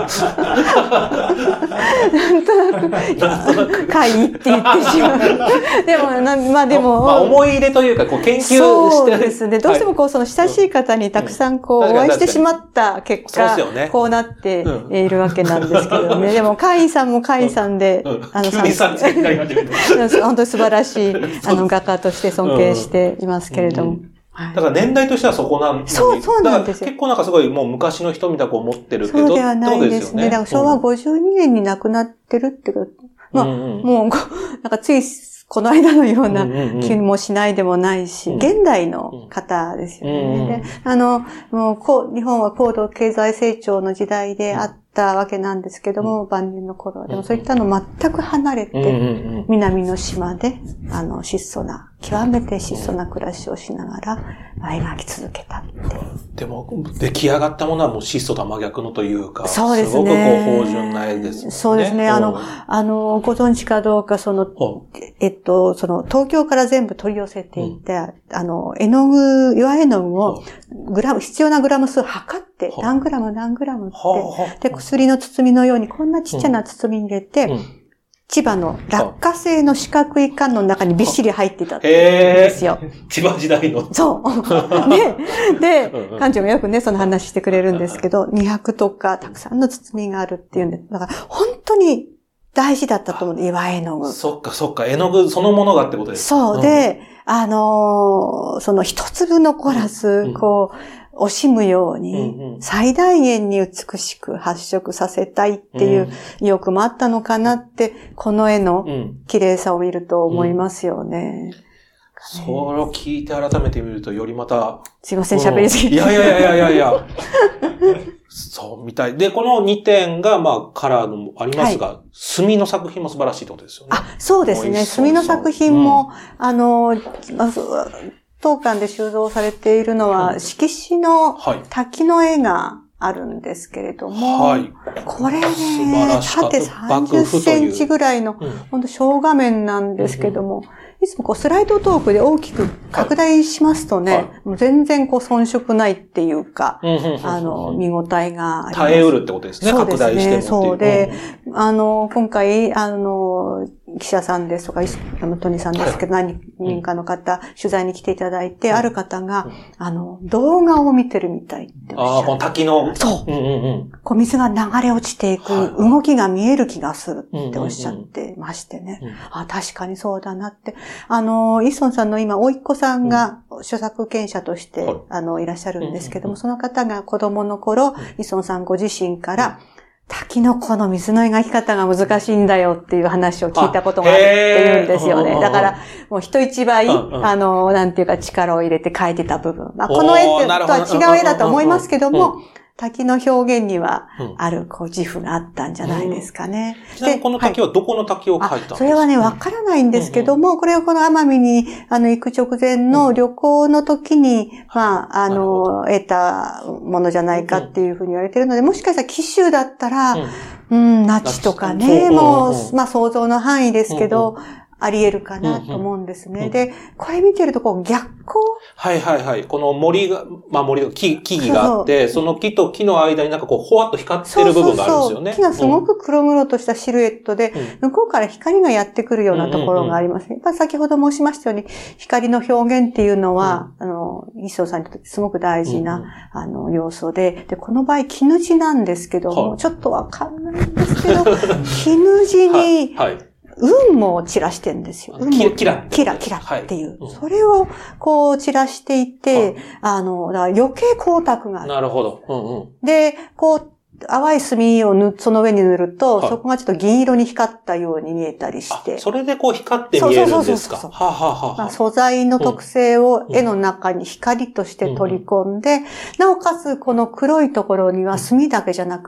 となく。会って言ってしまう。でも、でも。 思い入れというか、研究してそうですね。どうしても親しい方にたくさんお会いしてしまった結果、こうなっているわけなんですけど。でも、会員さんも会員さんで、 本当に素晴らしい、画家として尊敬していますけれども。 だから年代としてはそこなんですよ。 そうなんですよ。 結構すごいもう昔の人みたく思ってるけど、 そうではないですね。だから昭和52年に亡くなってるってこと。もう、つい、この間のような気もしないでもないし、現代の方ですよね。日本は高度経済成長の時代であったわけなんですけども、晩年の頃。でもそういったの全く離れて、南の島で、極めて質素な暮らしをしながら、描き続けたって。 でも、出来上がったものはもう質素と真逆のというか、 そうですね。 すごく芳醇な絵ですね。 そうですね。ご存知かどうか、東京から全部取り寄せていて、岩絵の具を、必要なグラム数測って、何グラムって、で、薬の包みのように、こんなちっちゃな包みに入れて、千葉の落花生の四角い缶の中にびっしり入っていたんですよ。 千葉時代の。 そう。で、館長がよくね、その話してくれるんですけど、200とかたくさんの包みがあるっていうんで、だから本当に大事だったと思う、岩絵の具。 そっか、絵の具そのものがってことですか？ そう。で、その一粒残らず、惜しむように、最大限に美しく発色させたいっていう意欲もあったのかなって、この絵の綺麗さを見ると思いますよね。 それを聞いて改めて見るとよりまた。 すいません、喋りすぎて。 いや。そうみたい。で、この2点が、カラーもありますが、墨の作品も素晴らしいってことですよね。 そうですね。墨の作品も、当館で収蔵されているのは、色紙の滝の絵があるんですけれども、これね、縦30センチぐらいの、本当小画面なんですけども、いつもスライドトークで大きく拡大しますとね、もう全然遜色ないっていうか、見応えがあります。 耐えうるってことですね、拡大しても。 そうで、今回、記者さんですとか、トニーさんですけど、何人かの方、取材に来ていただいて、ある方が、動画を見てるみたいっておっしゃる。 この滝の。 そう。水が流れ落ちていく、動きが見える気がするっておっしゃってましてね。確かにそうだなって。イッソンさんの今、甥っ子さんが著作権者として、いらっしゃるんですけども、その方が子供の頃、イッソンさんご自身から、 滝のこの水の描き方が難しいんだよっていう話を聞いたことがあるって言うんですよね。だから、もう人一倍、なんていうか力を入れて描いてた部分。まあ、この絵とは違う絵だと思いますけども、滝の表現には、ある、自負があったんじゃないですかね。 ちなみにこの滝はどこの滝を描いたんですか？ それはね、わからないんですけども、これをこの奄美に、行く直前の旅行の時に、得たものじゃないかっていうふうに言われているので、もしかしたら紀州だったら、那智とかね、もう、想像の範囲ですけど、あり得るかなと思うんですね。で、これ見てると逆光？ はいはいはい。この森が、森の木々があって、その木と木の間になんかほわっと光ってる部分があるんですよね。 木がすごく黒々としたシルエットで、向こうから光がやってくるようなところがありますね。先ほど申しましたように、光の表現っていうのは、一層さんにとってすごく大事な、要素で、この場合、絹地なんですけども、ちょっとわかんないんですけど、絹地に、運も散らしてるんですよ。 キラっていう。それを散らしていて、だから余計光沢がある。 なるほど。 で、淡い墨をその上に塗ると、そこがちょっと銀色に光ったように見えたりして。 それで光って見えるんですか？ 素材の特性を絵の中に光として取り込んで、なおかつこの黒いところには墨だけじゃなくって、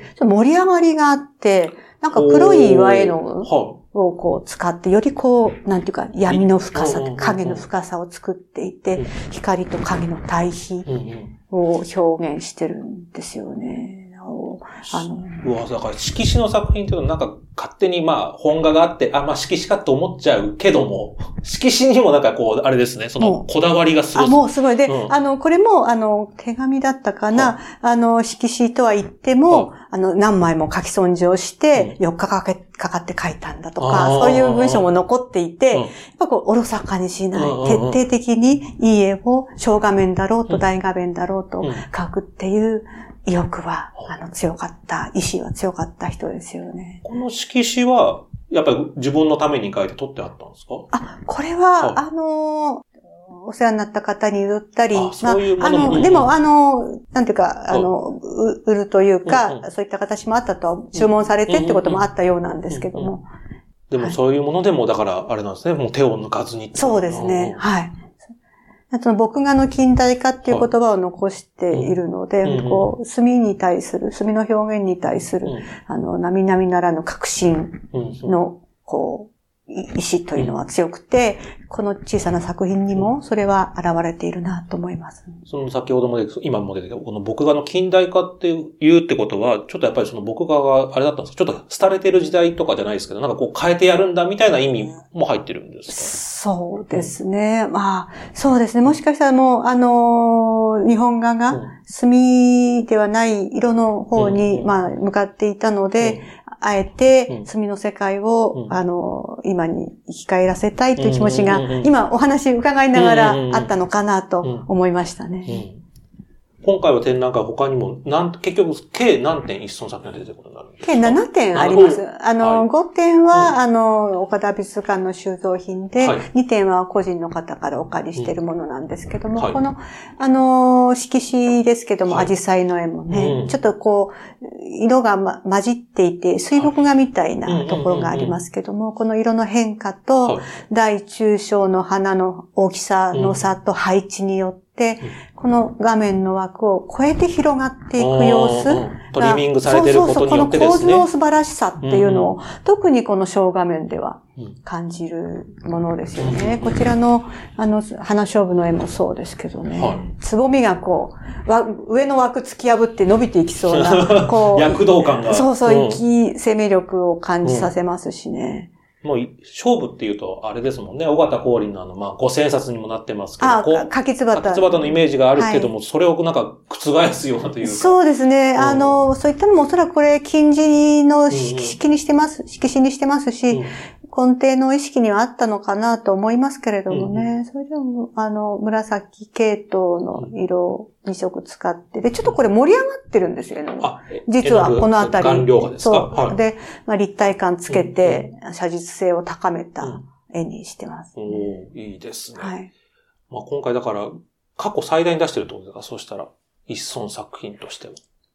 盛り上がりがあって、なんか黒い岩絵のを使って、よりなんていうか、闇の深さ、影の深さを作っていて、光と影の対比を表現してるんですよね。 だから色紙の作品っていうのはなんか勝手に本画があって、色紙かと思っちゃうけども、色紙にもなんかあれですね、そのこだわりがすごい。 もうすごい。で、これも、手紙だったかな、色紙とは言っても、何枚も書き損じをして、4日かかって書いたんだとか、そういう文章も残っていて、やっぱおろそかにしない、徹底的にいい絵を小画面だろうと大画面だろうと書くっていう意欲は、強かった、意志は強かった人ですよね。 この色紙は、やっぱり自分のために書いて撮ってあったんですか？ これは、お世話になった方に譲ったり、 そういうものもでも、なんていうか、売るというか、そういった形もあったと、注文されてってこともあったようなんですけども。 でもそういうものでも、だから、あれなんですね、もう手を抜かずに。 そうですね、はい。あと、墨画の近代化っていう言葉を残しているので、墨に対する、墨の表現に対する、並々ならぬ革新の、意志というのは強くて、この小さな作品にもそれは現れているなと思います。 その先ほども今も出てきた、この墨画の近代化っていうってことは、ちょっとやっぱりその墨画があれだったんですか？ちょっと廃れてる時代とかじゃないですけど、なんか変えてやるんだみたいな意味も入ってるんですか？そうですね。そうですね。もしかしたらもう、日本画が墨ではない色の方に、向かっていたので、あえて、墨の世界を、今に生き返らせたいという気持ちが、今お話伺いながらあったのかなと思いましたね。 今回は展覧会他にも、結局、計何点一村作品が出てくることになるんですか？ 計7点あります。5点は、岡田美術館の収蔵品で、2点は個人の方からお借りしているものなんですけども、この、色紙ですけども、紫陽花の絵もね、ちょっと色が混じっていて、水墨画みたいなところがありますけども、この色の変化と、大中小の花の大きさの差と配置によって、この画面の枠を超えて広がっていく様子が、 トリミングされてることによってですね。 この構図の素晴らしさっていうのを、特にこの小画面では感じるものですよね。こちらの、花菖蒲の絵もそうですけどね。つぼみが上の枠突き破って伸びていきそうな、 躍動感が。 生命力を感じさせますしね。 もう、勝負っていうと、あれですもんね。尾形光琳の5000冊にもなってますけど。 柿つばた。 柿つばたのイメージがあるけども、それをなんか覆すようなというか。 そうですね。そういったのもおそらくこれ、金地の色紙にしてますし、根底の意識にはあったのかなと思いますけれどもね。それでも、紫系統の色を2色使って、で、ちょっとこれ盛り上がってるんですよね。実はこのあたり。 顔料画ですか？ そう。で、立体感つけて、写実性を高めた絵にしてます。 いいですね。 はい。 今回だから、過去最大に出してるってことですか？そうしたら、一村作品としては。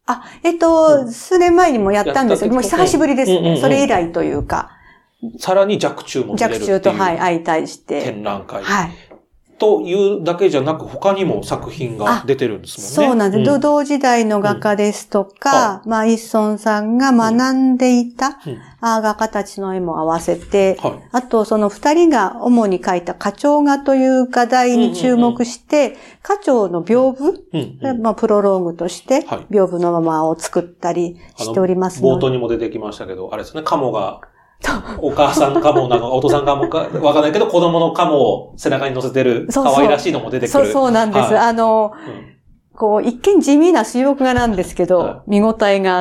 数年前にもやったんですけど、もう久しぶりですね。それ以来というか。 さらに若冲も見れるっていう。 若冲と、相対して。 展覧会。というだけじゃなく、他にも作品が出てるんですもんね。 そうなんです。同時代の画家ですとか、一村さんが学んでいた画家たちの絵も合わせて、あとその二人が主に描いた花鳥画という画題に注目して、花鳥の屏風、プロローグとして屏風のままを作ったりしておりますので。 冒頭にも出てきましたけど、あれですね、カモが、お母さんカモなのか、お父さんカモかわかんないけど、子供のカモを背中に乗せてる、可愛らしいのも出てくる。 そうなんです。一見地味な水墨画なんですけど、見応えがあって、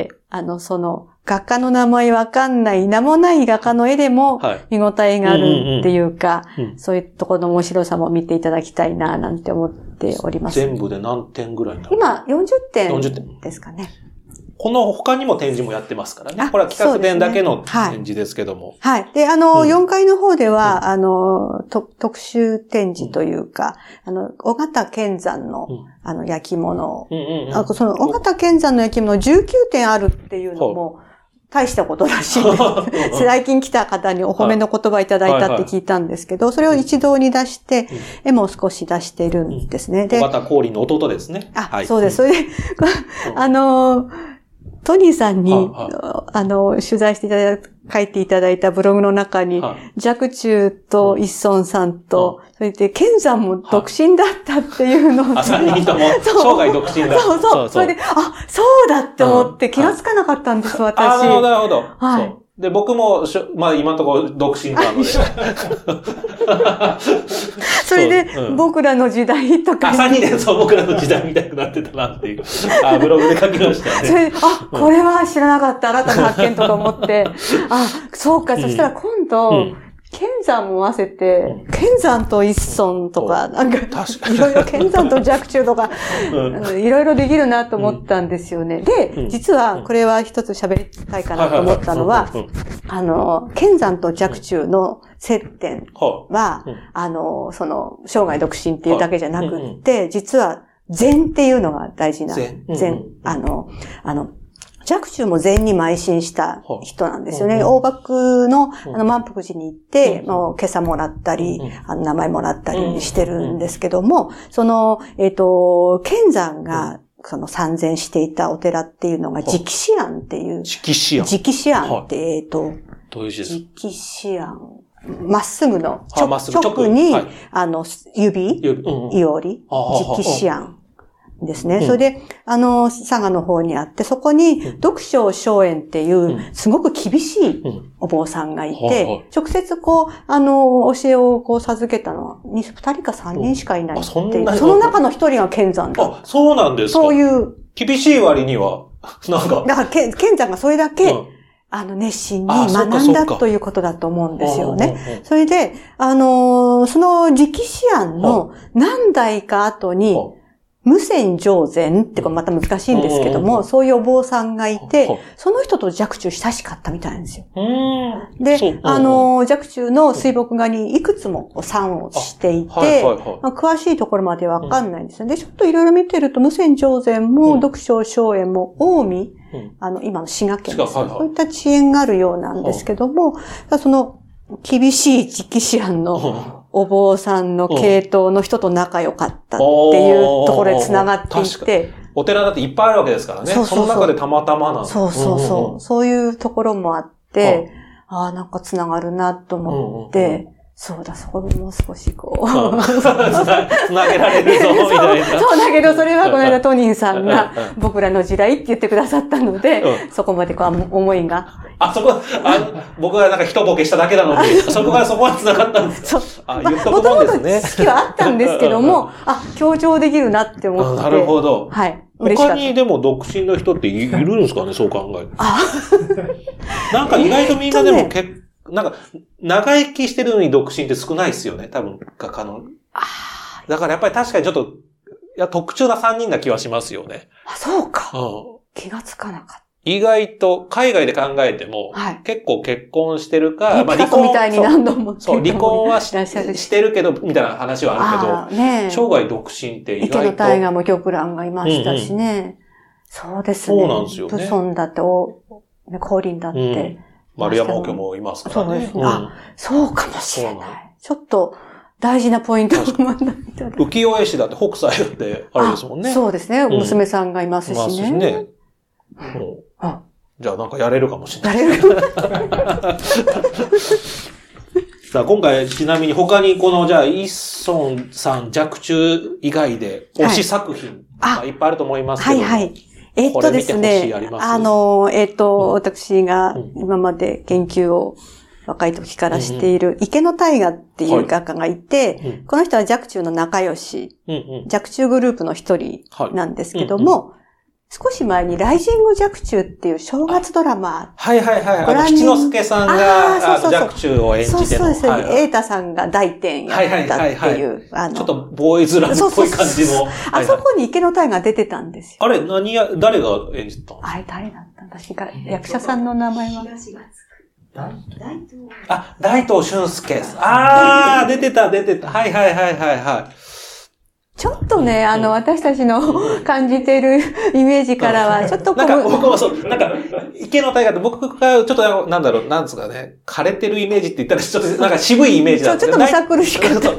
画家の名前わかんない、名もない画家の絵でも見応えがあるっていうか、そういうところの面白さも見ていただきたいな、なんて思っております。 全部で何点ぐらいなの？ 今、40点ですかね。 この他にも展示もやってますからね。これは企画展だけの展示ですけども。 はい。で、4階の方では、特集展示というか、尾形乾山の、焼き物。その、尾形乾山の焼き物19点あるっていうのも、大したことらしいです。最近来た方にお褒めの言葉いただいたって聞いたんですけど、それを一堂に出して、絵も少し出しているんですね。 で、尾形光琳の弟ですね。 そうです。それで、トニーさんに、取材して書いていただいたブログの中に、若冲と一村さんと、それで、乾山も独身だったっていうのを。 3人とも、生涯独身だった。 そう。それで、そうだって思って気がつかなかったんです、私。 なるほど。はい。で、僕も、今のところ独身なので。 それで、僕らの時代とか。 3人で僕らの時代みたいになってたなっていう。ブログで書きましたね。 それで、これは知らなかった、新たな発見とか思って。そうか、そしたら今度、乾山も合わせて、乾山と一村とか、なんか、いろいろ乾山と若冲とか、いろいろできるなと思ったんですよね。で、実はこれは一つ喋りたいかなと思ったのは、乾山と若冲の接点は、生涯独身っていうだけじゃなくって、実は禅っていうのが大事な、禅。若冲も禅に邁進した人なんですよね。大幕の満福寺に行って、今朝もらったり、名前もらったりしてるんですけども、乾山が、参禅していたお寺っていうのが、直志庵っていう。 直志庵。 直志庵って、 どういう字ですか？ 直志庵。まっすぐの、直に、指、いおり、直志庵。ですね。それで、佐賀の方にあって、そこに、読書荘園っていう、すごく厳しいお坊さんがいて、直接教えを授けたのは、2人か3人しかいないっていう。その中の1人が乾山だ。 そうなんですか。 そういう。 厳しい割には、なんか。 だから、乾山がそれだけ、熱心に学んだということだと思うんですよね。それで、その直志庵の何代か後に、無線上禅ってこれまた難しいんですけども、そういうお坊さんがいて、その人と若冲親しかったみたいなんですよ。で、若冲の水墨画にいくつも賛をしていて、詳しいところまでわかんないんですよ。で、ちょっといろいろ見てると、無線上禅も読書荘園も近江、今の滋賀県ですね。そういった遅延があるようなんですけども、その厳しい直志庵のお坊さんの系統の人と仲良かったっていうところで繋がっていて。 お寺だっていっぱいあるわけですからね。その中でたまたまなの。 そういうところもあって、なんか繋がるなと思って、そうだ、そこももう少し繋げられるぞ、みたいな。 そうだけど、それはこの間トニーさんが僕らの時代って言ってくださったので、そこまで思いが。 僕がなんか一ボケしただけなのに、そこは繋がったんですよ。言っとくもんですね。 知識はあったんですけども、強調できるなって思って。 なるほど。 はい。 他にでも独身の人っているんですかね、そう考えると。なんか意外とみんなでもなんか、長生きしてるのに独身って少ないですよね、多分、画家の。だからやっぱり確かにちょっと、特殊な3人な気はしますよね。 そうか。気がつかなかった。 意外と、海外で考えても、結構結婚してるか、 離婚みたいに何度も。 そう、離婚はしてるけど、みたいな話はあるけど、生涯独身って意外と。 池の大河も玉蘭がいましたしね。 そうですね。 そうなんですよね。 ブソンだって、降臨だって。 丸山王家もいますからね。 そうですね。そうかもしれない。ちょっと大事なポイントを学んだみたいな。 浮世絵師だって北斎だってあれですもんね。 そうですね。娘さんがいますしね。いますしね。 じゃあなんかやれるかもしれない。やれるさあ今回ちなみに他にこのじゃあイッソンさん若冲以外で推し作品、いっぱいあると思いますけど。はいはい。 ですね。私が今まで研究を若い時からしている池野大河っていう画家がいて、この人は若冲の仲良し、若冲グループの一人なんですけども、少し前にライジング若冲っていう正月ドラマ。 はいはいはい。七之助さんが若冲を演じてそうですね。瑛太さんが大天やったっていう。 ちょっとボーイズラブっぽい感じの。 あそこに池野大河出てたんですよ。 あれ、誰が演じたんですか？ あれ誰だったんだ？役者さんの名前は。 大東俊介。出てた。はい。 ちょっとね、私たちの感じているイメージからは、ちょっと僕もそう、池野大河って僕がちょっとなんですかね、枯れてるイメージって言ったらちょっと渋いイメージなんですけど。 ちょっとむさ苦しかった。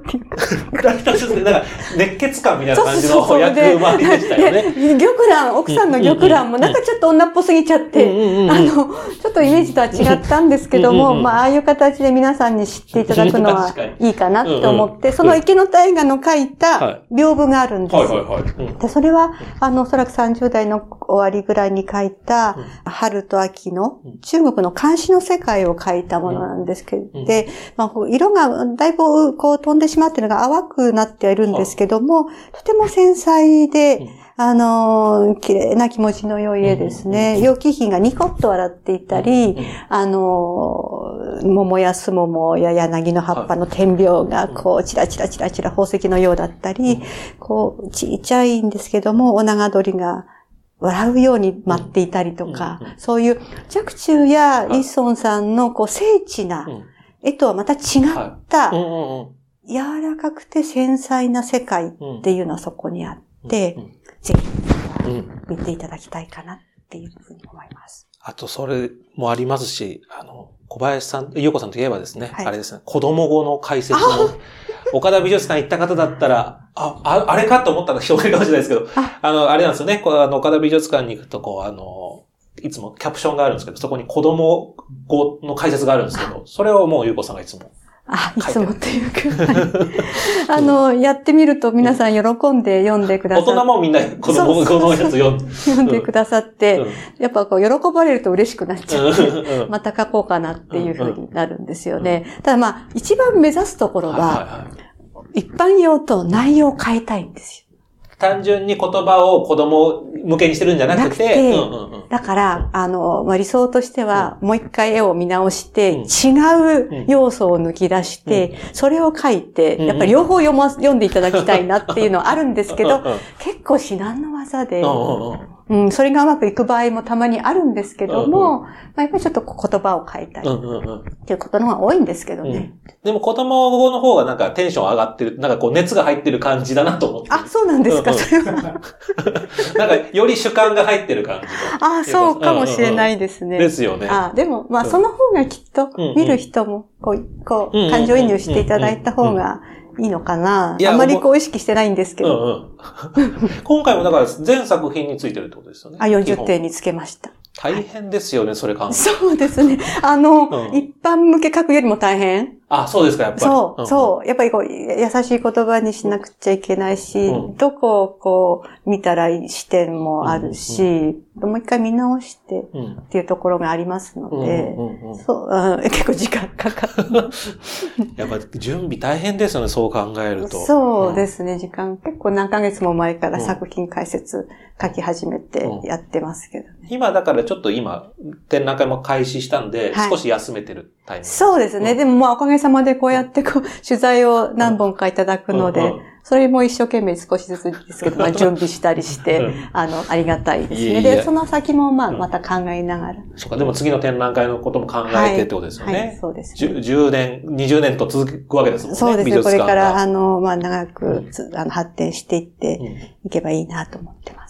熱血感みたいな感じの役回りでしたよね。 奥さんの玉蘭もちょっと女っぽすぎちゃって、ちょっとイメージとは違ったんですけども、ああいう形で皆さんに知っていただくのはいいかなと思って、その池野大河の書いた屏風があるんですよ。で、それは、おそらく30代の終わりぐらいに書いた、春と秋の中国の漢詩の世界を書いたものなんですけど、で、色がだいぶ飛んでしまっているのが淡くなってはいるんですけども、とても繊細で、綺麗な気持ちの良い絵ですね。楊貴妃がニコッと笑っていたり、桃やすももや柳の葉っぱの点描がチラチラ宝石のようだったり、ちっちゃいんですけども、お長鳥が笑うように舞っていたりとか、そういう若冲やイッソンさんの精緻な絵とはまた違った、柔らかくて繊細な世界っていうのはそこにあって、ぜひ見ていただきたいかなっていうふうに思います。 あと、それもありますし、小林さん、優子さんといえばですね、あれですね、子供語の解説も、岡田美術館行った方だったら、あれかと思ったら人がいるかもしれないですけど、あれなんですよね、岡田美術館に行くと、いつもキャプションがあるんですけど、そこに子供語の解説があるんですけど、それをもう優子さんがいつも。 いつもっていうか、やってみると皆さん喜んで読んでくださって。 大人もみんな子供のやつ読んでくださって、やっぱ喜ばれると嬉しくなっちゃって、また書こうかなっていうふうになるんですよね。ただ一番目指すところは、一般用と内容を変えたいんですよ。 単純に言葉を子供向けにしてるんじゃなくて、 だから、理想としては、もう一回絵を見直して、違う要素を抜き出して、それを書いて、やっぱり両方読んでいただきたいなっていうのはあるんですけど、結構至難の技で、それがうまくいく場合もたまにあるんですけども、やっぱりちょっと言葉を変えたいっていうことの方が多いんですけどね。 でも子供語の方がなんかテンション上がってる、なんか熱が入ってる感じだなと思って。 そうなんですか、それは。 なんかより主観が入ってる感じの。 そうかもしれないですね。 ですよね。 でもその方がきっと見る人も感情移入していただいた方がいいのかな。あまり意識してないんですけど。 今回もだから全作品についてるってことですよね。 40点につけました。 大変ですよね、それ考えると。 そうですね。一般向け書くよりも大変。 そうですか、やっぱり。 そう。やっぱり優しい言葉にしなくちゃいけないし、どこを見たらいい視点もあるし、もう一回見直してっていうところがありますので、結構時間かかる。 やっぱ準備大変ですよね、そう考えると。 そうですね、時間結構何ヶ月も前から作品解説書き始めてやってますけどね。 今だからちょっと展覧会も開始したんで、少し休めてるタイミング。 そうですね。でもおかげさまでこうやって取材を何本かいただくので、それも一生懸命少しずつですけど、準備したりして、ありがたいですね。で、その先もまた考えながら。 そうか、でも次の展覧会のことも考えてってことですよね。 そうです。 10年、20年と続くわけですもんね。 そうですね。これから、長く、発展していっていけばいいなと思ってますけど。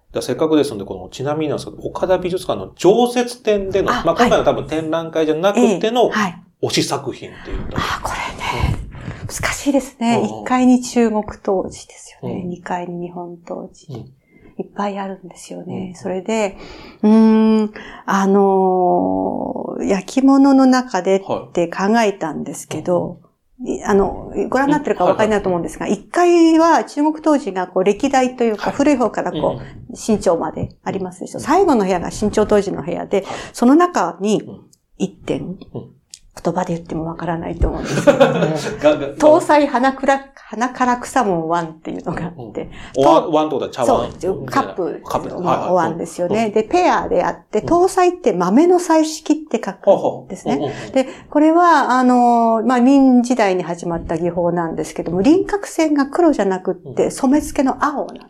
ではせっかくですので、この、ちなみになんですけど、岡田美術館の常設展での、まあ、今回は多分展覧会じゃなくての、推し作品っていうのは。 これね、難しいですね。1階に中国陶磁ですよね。2階に日本陶磁。いっぱいあるんですよね。それで、焼き物の中でって考えたんですけど、ご覧になってるかお分かりになると思うんですが、1階は中国陶磁がこう歴代というか古い方からこう新潮までありますでしょ。最後の部屋が新潮陶磁の部屋で、その中に1点、言葉で言ってもわからないと思うんですけど、東西花から草門ワンっていうのがあって。 ワンってことは茶碗。 そう、カップのワンですよね。で、ペアであって、東西って豆の彩色って書くんですね。で、これは、明時代に始まった技法なんですけども、輪郭線が黒じゃなくって、染付の青なんです。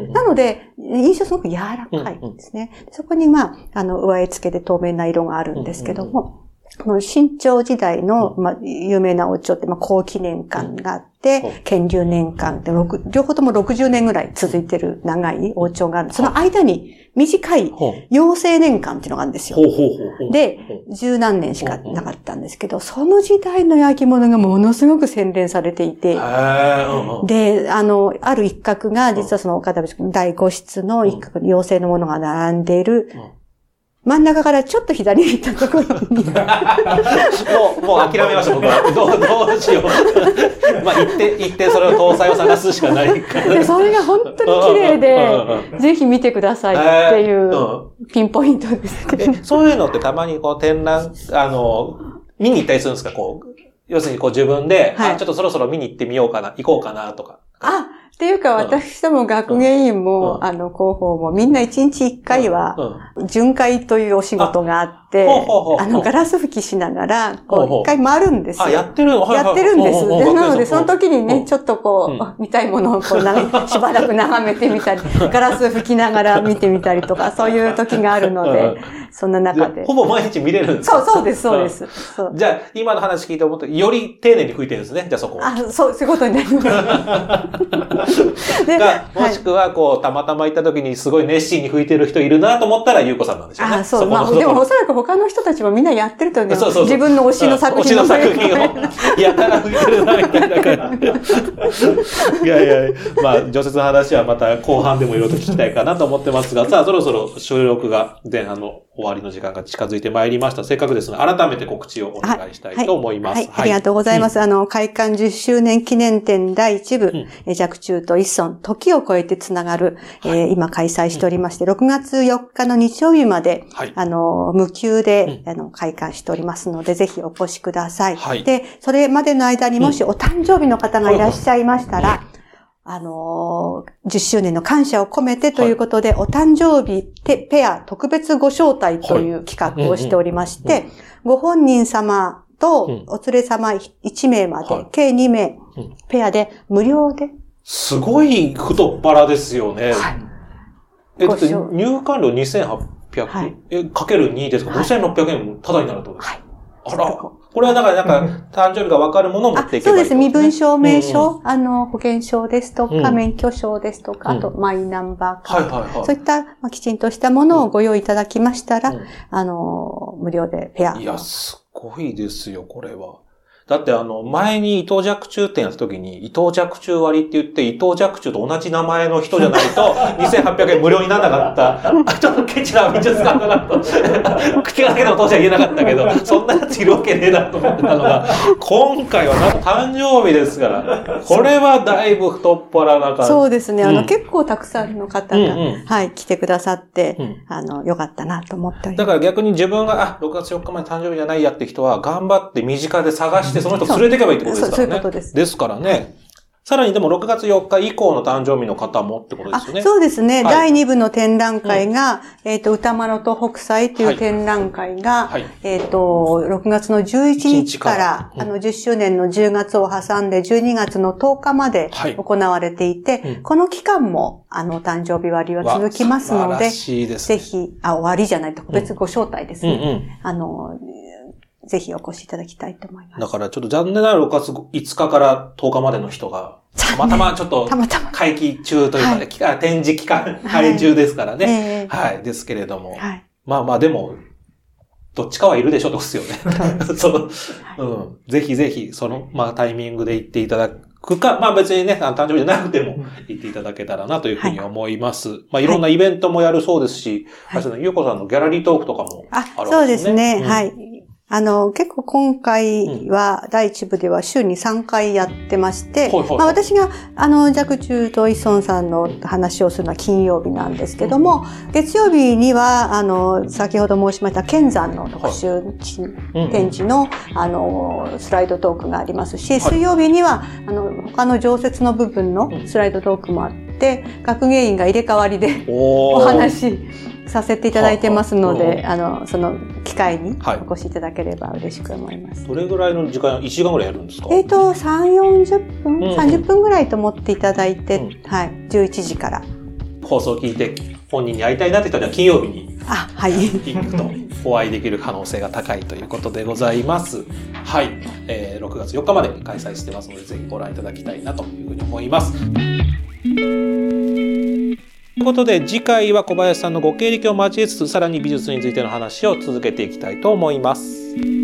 なので、印象すごく柔らかいんですね。そこに上絵付けで透明な色があるんですけども、この新朝時代の、有名な王朝って、後期年間があって、乾隆年間って、両方とも60年ぐらい続いてる長い王朝がある。その間に短い養成年間っていうのがあるんですよ。で、十何年しかなかったんですけど、その時代の焼き物がものすごく洗練されていて、で、ある一角が、実はその岡田美術館第5室の一角に養成のものが並んでいる、真ん中からちょっと左に行ったところに。 もう諦めました、僕は。どうしよう。行ってそれを搭載を探すしかないから。 それが本当に綺麗で、ぜひ見てくださいっていうピンポイントですけど。 そういうのってたまに展覧、見に行ったりするんですか？要するに自分で、ちょっとそろそろ見に行ってみようかな、行こうかなとか。 っていうか、私ども学芸員も、広報もみんな1日1回は、巡回というお仕事があって、ガラス拭きしながら、1回回るんですよ。 やってるんです。なので、その時にね、ちょっと見たいものをしばらく眺めてみたり、ガラス拭きながら見てみたりとか、そういう時があるので、そんな中で。 ほぼ毎日見れるんですか？ そうです。 じゃあ、今の話聞いて思って、より丁寧に拭いてるんですね、じゃあそこは。 そういうことになります。 もしくは、たまたま行った時にすごい熱心に拭いてる人いるなと思ったら、ゆうこさんなんでしょうね。 そう。でもおそらく他の人たちもみんなやってると思う。自分の推しの作品を。 やたら拭いてるな、みたいな感じ。いや、常設の話はまた後半でもいろいろと聞きたいかなと思ってますが、さあ、そろそろ収録が前半の終わりの時間が近づいてまいりました。せっかくですので、改めて告知をお願いしたいと思います。 ありがとうございます。開館10周年記念展第1部、若冲と一村、時を超えてつながる、今開催しておりまして、6月4日の日曜日まで、無給で、開館しておりますので、ぜひお越しください。で、それまでの間にもしお誕生日の方がいらっしゃいましたら、10周年の感謝を込めてということで、お誕生日ペア特別ご招待という企画をしておりまして、ご本人様とお連れ様1名まで、計2名、ペアで無料で。 すごい太っ腹ですよね。入館料2800、かける2ですか？ 5600 円タダになるってことですか？あら。これはだから誕生日がわかるものを持っていけばいい、 そうです。身分証明書、保険証ですとか、免許証ですとか、あとマイナンバーカード。そういった、きちんとしたものをご用意いただきましたら、無料でペア。 いや、すごいですよ、これは。だって前に伊藤若冲展やった時に、伊藤若冲割って言って、伊藤若冲と同じ名前の人じゃないと、2800円無料にならなかった。ちょっとケチな美術館だなと。口がだけでも当時は言えなかったけど、そんなやついるわけねえなと思ってたのが、今回はなんと誕生日ですから、これはだいぶ太っ腹な感じ。 そうですね。結構たくさんの方が、来てくださって、よかったなと思っております。 だから逆に自分が、6月4日まで誕生日じゃないやって人は、頑張って身近で探して、その人連れていけばいいってことですからね。 そういうことです。 ですからね。さらにでも6月4日以降の誕生日の方もってことですよね。 そうですね。第2部の展覧会が、歌丸と北斎という展覧会が、6月の11日から、10周年の10月を挟んで12月の10日まで行われていて、この期間も、誕生日割は続きますので、ぜひ、終わりじゃない、特別ご招待ですね。 ぜひお越しいただきたいと思います。 だからちょっと残念ながら6月5日から10日までの人が、たまたまちょっと、会期中というかね、展示期間、会中ですからね。はい。ですけれども。まあまあでも、どっちかはいるでしょうですよね。ぜひぜひ、タイミングで行っていただくか、まあ別にね、誕生日じゃなくても行っていただけたらなというふうに思います。まあいろんなイベントもやるそうですし、ゆうこさんのギャラリートークとかもあるわけですね。 そうですね。はい。結構今回は第1部では週に3回やってまして、私が若冲とイソンさんの話をするのは金曜日なんですけども、月曜日には先ほど申しました剣山の特集展示のスライドトークがありますし、水曜日には他の常設の部分のスライドトークもあって、学芸員が入れ替わりでお話させていただいてますので、その機会にお越しいただければ嬉しく思います。 どれぐらいの時間、1時間ぐらいやるんですか ？3、40分、30分ぐらいと思っていただいて、はい、11時から。 放送を聞いて本人に会いたいなって人には金曜日に行くとお会いできる可能性が高いということでございます。はい、6月4日まで開催してますので、ぜひご覧いただきたいなというふうに思います。ということで、次回は小林さんのご経歴を交えつつ、さらに美術についての話を続けていきたいと思います。